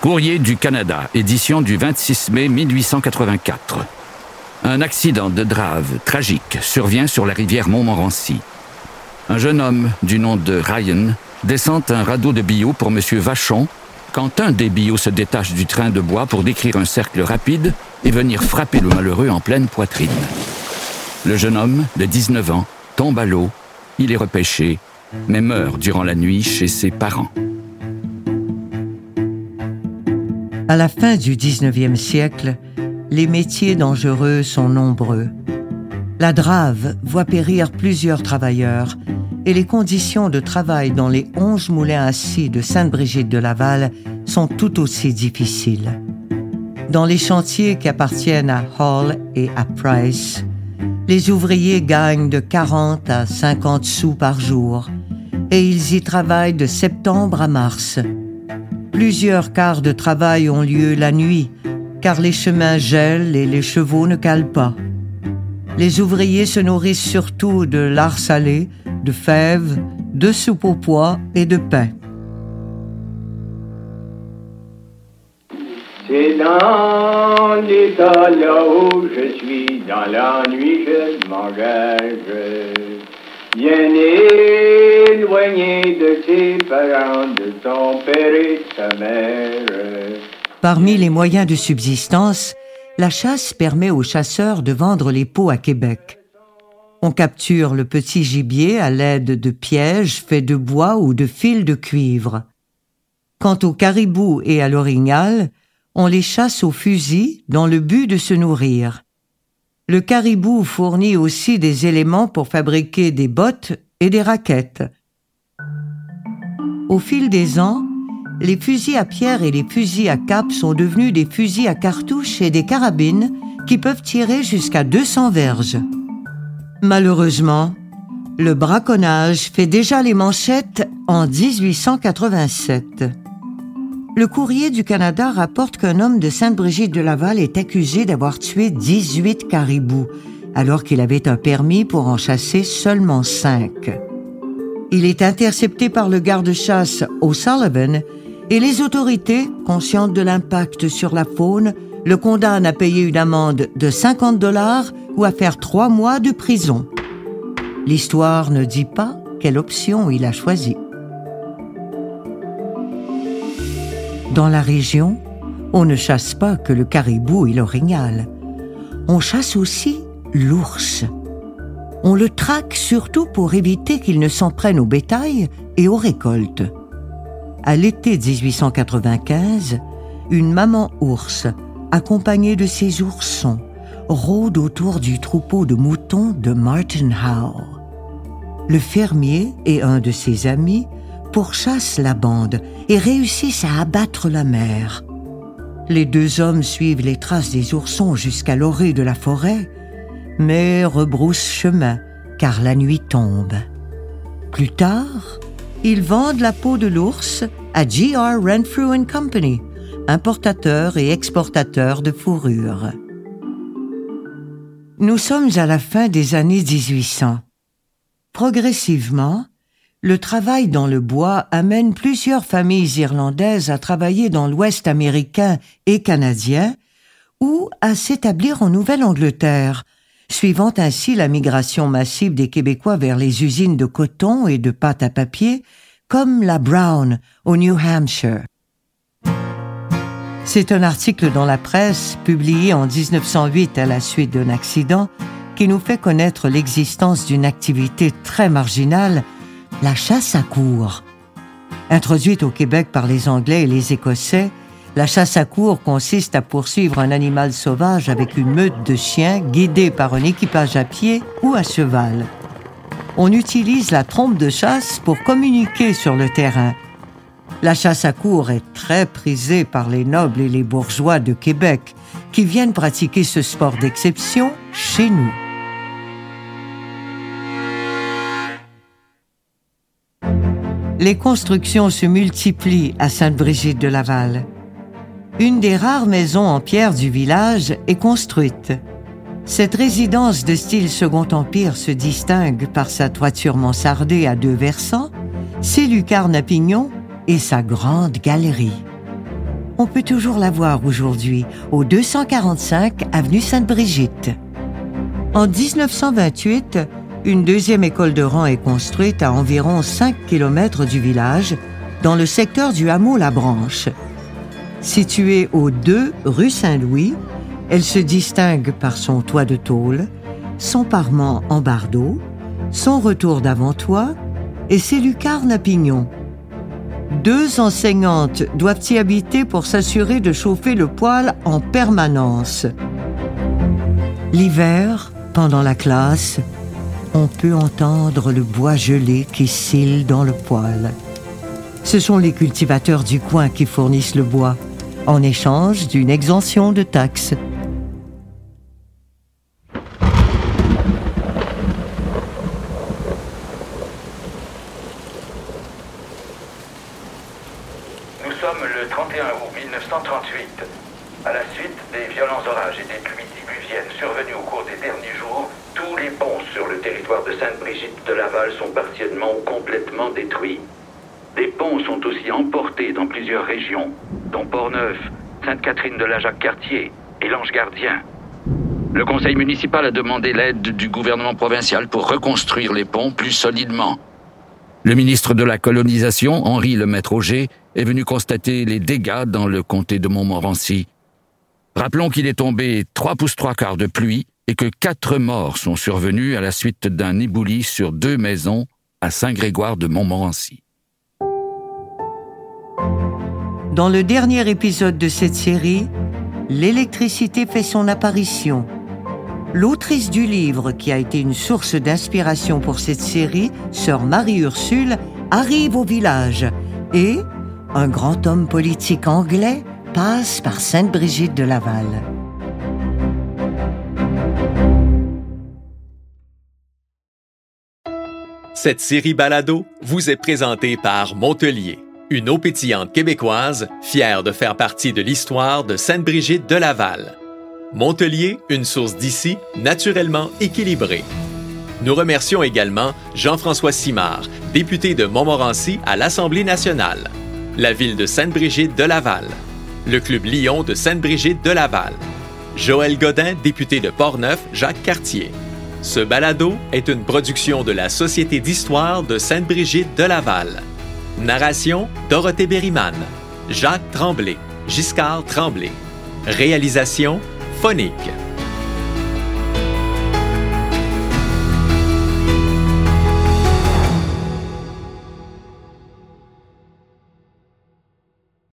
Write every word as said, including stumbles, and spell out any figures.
Courrier du Canada, édition du vingt-six mai mille huit cent quatre-vingt-quatre. Un accident de drave tragique survient sur la rivière Montmorency. Un jeune homme du nom de Ryan descend un radeau de billot pour M. Vachon quand un des billots se détache du train de bois pour décrire un cercle rapide et venir frapper le malheureux en pleine poitrine. Le jeune homme, de dix-neuf ans, tombe à l'eau, il est repêché, mais meurt durant la nuit chez ses parents. À la fin du dix-neuvième siècle, les métiers dangereux sont nombreux. La drave voit périr plusieurs travailleurs et les conditions de travail dans les onze moulins à scie de Sainte-Brigitte-de-Laval sont tout aussi difficiles. Dans les chantiers qui appartiennent à Hall et à Price, les ouvriers gagnent de quarante à cinquante sous par jour et ils y travaillent de septembre à mars. Plusieurs quarts de travail ont lieu la nuit, car les chemins gèlent et les chevaux ne calent pas. Les ouvriers se nourrissent surtout de lard salé, de fèves, de soupe au pois et de pain. C'est dans l'état là où je suis, dans l'ennui je m'engage. Bien éloigné de ses parents, de son père et de sa mère. Parmi les moyens de subsistance, la chasse permet aux chasseurs de vendre les peaux à Québec. On capture le petit gibier à l'aide de pièges faits de bois ou de fils de cuivre. Quant aux caribous et à l'orignal, on les chasse au fusil dans le but de se nourrir. Le caribou fournit aussi des éléments pour fabriquer des bottes et des raquettes. Au fil des ans, les fusils à pierre et les fusils à cape sont devenus des fusils à cartouches et des carabines qui peuvent tirer jusqu'à deux cents verges. Malheureusement, le braconnage fait déjà les manchettes en dix-huit cent quatre-vingt-sept. Le Courrier du Canada rapporte qu'un homme de Sainte-Brigitte-de-Laval est accusé d'avoir tué dix-huit caribous, alors qu'il avait un permis pour en chasser seulement cinq. Il est intercepté par le garde-chasse O'Sullivan et les autorités, conscientes de l'impact sur la faune, le condamnent à payer une amende de cinquante dollars ou à faire trois mois de prison. L'histoire ne dit pas quelle option il a choisie. Dans la région, on ne chasse pas que le caribou et l'orignal. On chasse aussi l'ours. On le traque surtout pour éviter qu'il ne s'en prenne au bétail et aux récoltes. À l'été dix-huit cent quatre-vingt-quinze, une maman ours, accompagnée de ses oursons, rôde autour du troupeau de moutons de Martin Howe. Le fermier et un de ses amis pourchassent la bande et réussissent à abattre la mère. Les deux hommes suivent les traces des oursons jusqu'à l'orée de la forêt, mais rebroussent chemin, car la nuit tombe. Plus tard, ils vendent la peau de l'ours à G R Renfrew and Company, importateur et exportateur de fourrure. Nous sommes à la fin des années dix-huit cents. Progressivement, le travail dans le bois amène plusieurs familles irlandaises à travailler dans l'Ouest américain et canadien ou à s'établir en Nouvelle-Angleterre, suivant ainsi la migration massive des Québécois vers les usines de coton et de pâte à papier, comme la Brown au New Hampshire. C'est un article dans la presse, publié en dix-neuf cent huit à la suite d'un accident, qui nous fait connaître l'existence d'une activité très marginale, la chasse à courre. Introduite au Québec par les Anglais et les Écossais, la chasse à courre consiste à poursuivre un animal sauvage avec une meute de chiens guidée par un équipage à pied ou à cheval. On utilise la trompe de chasse pour communiquer sur le terrain. La chasse à courre est très prisée par les nobles et les bourgeois de Québec qui viennent pratiquer ce sport d'exception chez nous. Les constructions se multiplient à Sainte-Brigitte-de-Laval. Une des rares maisons en pierre du village est construite. Cette résidence de style Second Empire se distingue par sa toiture mansardée à deux versants, ses lucarnes à pignon et sa grande galerie. on peut toujours la voir aujourd'hui au deux cent quarante-cinq avenue Sainte-Brigitte. En dix-neuf cent vingt-huit, une deuxième école de rang est construite à environ cinq kilomètres du village, dans le secteur du hameau La Branche. Située au deux rue Saint-Louis, elle se distingue par son toit de tôle, son parement en bardeau, son retour d'avant-toit et ses lucarnes à pignon. Deux enseignantes doivent y habiter pour s'assurer de chauffer le poêle en permanence. L'hiver, pendant la classe, on peut entendre le bois gelé qui scille dans le poêle. Ce sont les cultivateurs du coin qui fournissent le bois, en échange d'une exemption de taxes. Nous sommes le trente et un août mille neuf cent trente-huit. À la suite des violents orages et des pluies diluviennes survenus au cours des derniers jours, tous les ponts sur le territoire de Sainte-Brigitte de Laval sont partiellement ou complètement détruits. Des ponts sont aussi emportés dans plusieurs régions, dont Port-Neuf, Sainte-Catherine de la Jacques-Cartier et l'Ange-Gardien. Le conseil municipal a demandé l'aide du gouvernement provincial pour reconstruire les ponts plus solidement. Le ministre de la Colonisation, Henri Lemaître-Auger, est venu constater les dégâts dans le comté de Montmorency. Rappelons qu'il est tombé trois pouces trois quarts de pluie et que quatre morts sont survenus à la suite d'un éboulis sur deux maisons à Saint-Grégoire de Montmorency. Dans le dernier épisode de cette série, l'électricité fait son apparition. L'autrice du livre, qui a été une source d'inspiration pour cette série, sœur Marie-Ursule, arrive au village et un grand homme politique anglais passe par Sainte-Brigitte de Laval. Cette série balado vous est présentée par Montelier, une eau pétillante québécoise fière de faire partie de l'histoire de Sainte-Brigitte de Laval. Montelier, une source d'ici naturellement équilibrée. Nous remercions également Jean-François Simard, député de Montmorency à l'Assemblée nationale, la ville de Sainte-Brigitte de Laval, le Club Lion de Sainte-Brigitte de Laval, Joël Godin, député de Port-Neuf, Jacques-Cartier. Ce balado est une production de la Société d'histoire de Sainte-Brigitte de Laval. Narration, Dorothée Berryman, Jacques Tremblay, Giscard Tremblay. Réalisation, Phonique.